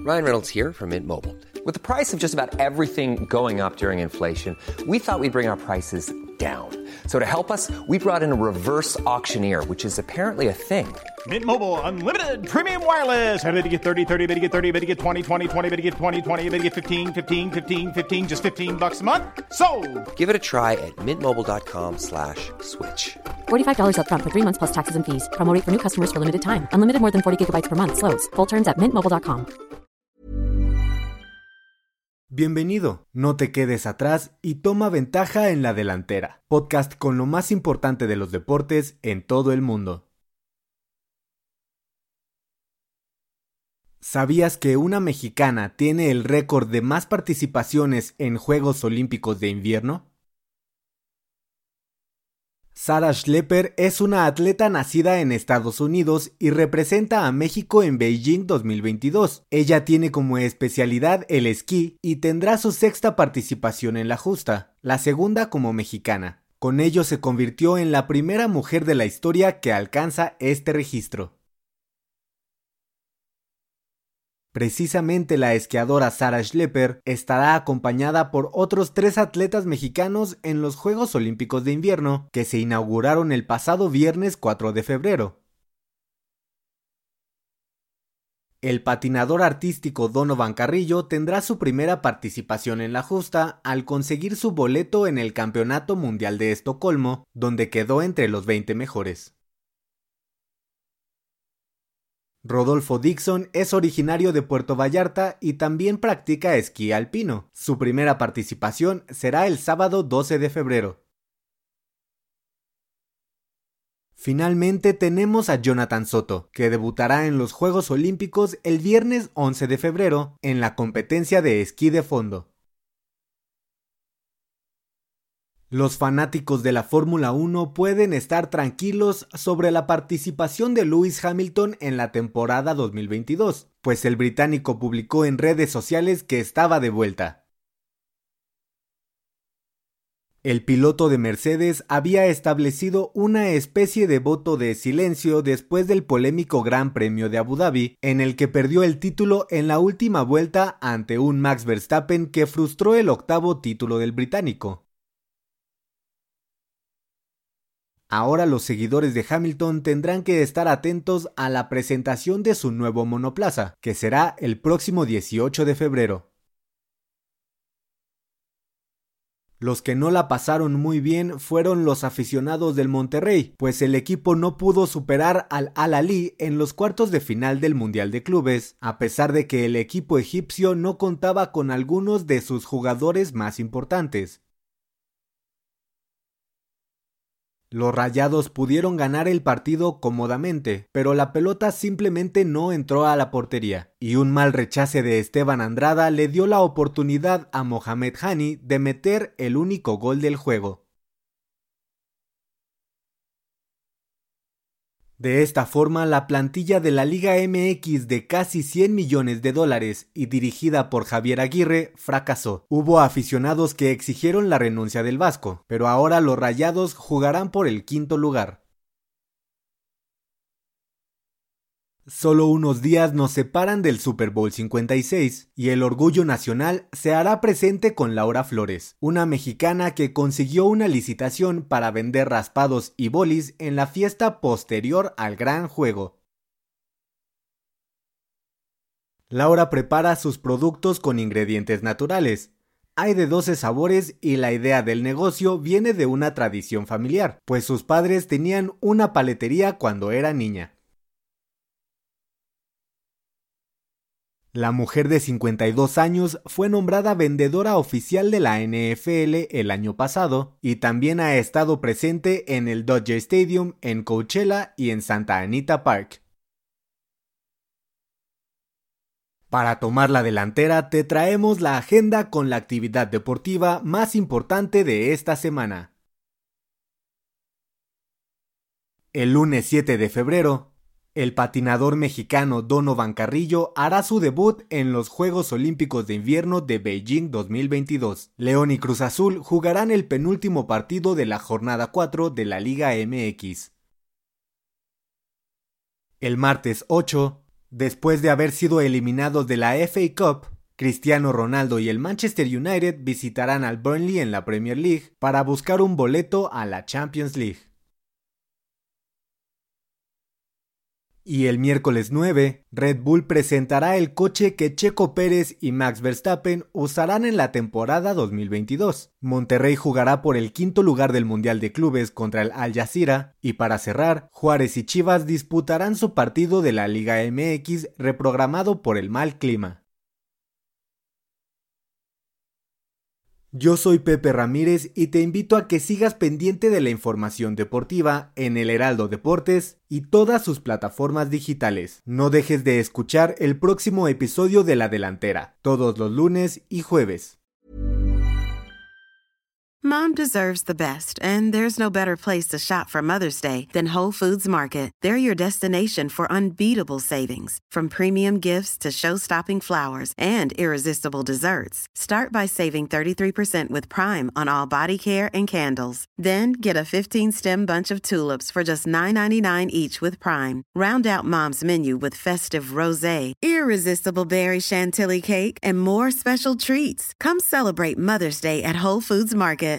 Ryan Reynolds here from Mint Mobile. With the price of just about everything going up during inflation, we thought we'd bring our prices down. So to help us, we brought in a reverse auctioneer, which is apparently a thing. Mint Mobile Unlimited Premium Wireless. How to get 30, 30, bit to get 30, bit to get 20, 20, 20, bit to get 20, 20, bit to get 15, 15, 15, 15, just $15 a month? Sold! Give it a try at mintmobile.com/switch. $45 up front for 3 months plus taxes and fees. Promo rate for new customers for limited time. Unlimited more than 40 gigabytes per month. Slows full terms at mintmobile.com. Bienvenido, no te quedes atrás y toma ventaja en la delantera. Podcast con lo más importante de los deportes en todo el mundo. ¿Sabías que una mexicana tiene el récord de más participaciones en Juegos Olímpicos de Invierno? Sarah Schlepper es una atleta nacida en Estados Unidos y representa a México en Beijing 2022. Ella tiene como especialidad el esquí y tendrá su sexta participación en la justa, la segunda como mexicana. Con ello se convirtió en la primera mujer de la historia que alcanza este registro. Precisamente la esquiadora Sarah Schlepper estará acompañada por otros 3 atletas mexicanos en los Juegos Olímpicos de Invierno que se inauguraron el pasado viernes 4 de febrero. El patinador artístico Donovan Carrillo tendrá su primera participación en la justa al conseguir su boleto en el Campeonato Mundial de Estocolmo, donde quedó entre los 20 mejores. Rodolfo Dixon es originario de Puerto Vallarta y también practica esquí alpino. Su primera participación será el sábado 12 de febrero. Finalmente tenemos a Jonathan Soto, que debutará en los Juegos Olímpicos el viernes 11 de febrero en la competencia de esquí de fondo. Los fanáticos de la Fórmula 1 pueden estar tranquilos sobre la participación de Lewis Hamilton en la temporada 2022, pues el británico publicó en redes sociales que estaba de vuelta. El piloto de Mercedes había establecido una especie de voto de silencio después del polémico Gran Premio de Abu Dhabi, en el que perdió el título en la última vuelta ante un Max Verstappen que frustró el 8º título del británico. Ahora los seguidores de Hamilton tendrán que estar atentos a la presentación de su nuevo monoplaza, que será el próximo 18 de febrero. Los que no la pasaron muy bien fueron los aficionados del Monterrey, pues el equipo no pudo superar al Al-Ahly en los cuartos de final del Mundial de Clubes, a pesar de que el equipo egipcio no contaba con algunos de sus jugadores más importantes. Los Rayados pudieron ganar el partido cómodamente, pero la pelota simplemente no entró a la portería, y un mal rechace de Esteban Andrada le dio la oportunidad a Mohamed Hani de meter el único gol del juego. De esta forma, la plantilla de la Liga MX de casi $100 millones y dirigida por Javier Aguirre fracasó. Hubo aficionados que exigieron la renuncia del Vasco, pero ahora los Rayados jugarán por el 5º lugar. Solo unos días nos separan del Super Bowl 56 y el orgullo nacional se hará presente con Laura Flores, una mexicana que consiguió una licitación para vender raspados y bolis en la fiesta posterior al gran juego. Laura prepara sus productos con ingredientes naturales. Hay de 12 sabores y la idea del negocio viene de una tradición familiar, pues sus padres tenían una paletería cuando era niña. La mujer de 52 años fue nombrada vendedora oficial de la NFL el año pasado y también ha estado presente en el Dodger Stadium, en Coachella y en Santa Anita Park. Para tomar la delantera te traemos la agenda con la actividad deportiva más importante de esta semana. El lunes 7 de febrero, el patinador mexicano Donovan Carrillo hará su debut en los Juegos Olímpicos de Invierno de Beijing 2022. León y Cruz Azul jugarán el penúltimo partido de la jornada 4 de la Liga MX. El martes 8, Después de haber sido eliminados de la FA Cup, Cristiano Ronaldo y el Manchester United visitarán al Burnley en la Premier League para buscar un boleto a la Champions League. Y el miércoles 9, Red Bull presentará el coche que Checo Pérez y Max Verstappen usarán en la temporada 2022. Monterrey jugará por el quinto lugar del Mundial de Clubes contra el Al Jazeera y para cerrar, Juárez y Chivas disputarán su partido de la Liga MX reprogramado por el mal clima. Yo soy Pepe Ramírez y te invito a que sigas pendiente de la información deportiva en El Heraldo Deportes y todas sus plataformas digitales. No dejes de escuchar el próximo episodio de La Delantera, todos los lunes y jueves. Mom deserves the best, and there's no better place to shop for Mother's Day than Whole Foods Market. They're your destination for unbeatable savings, from premium gifts to show-stopping flowers and irresistible desserts. Start by saving 33% with Prime on all body care and candles. Then get a 15-stem bunch of tulips for just $9.99 each with Prime. Round out Mom's menu with festive rosé, irresistible berry chantilly cake, and more special treats. Come celebrate Mother's Day at Whole Foods Market.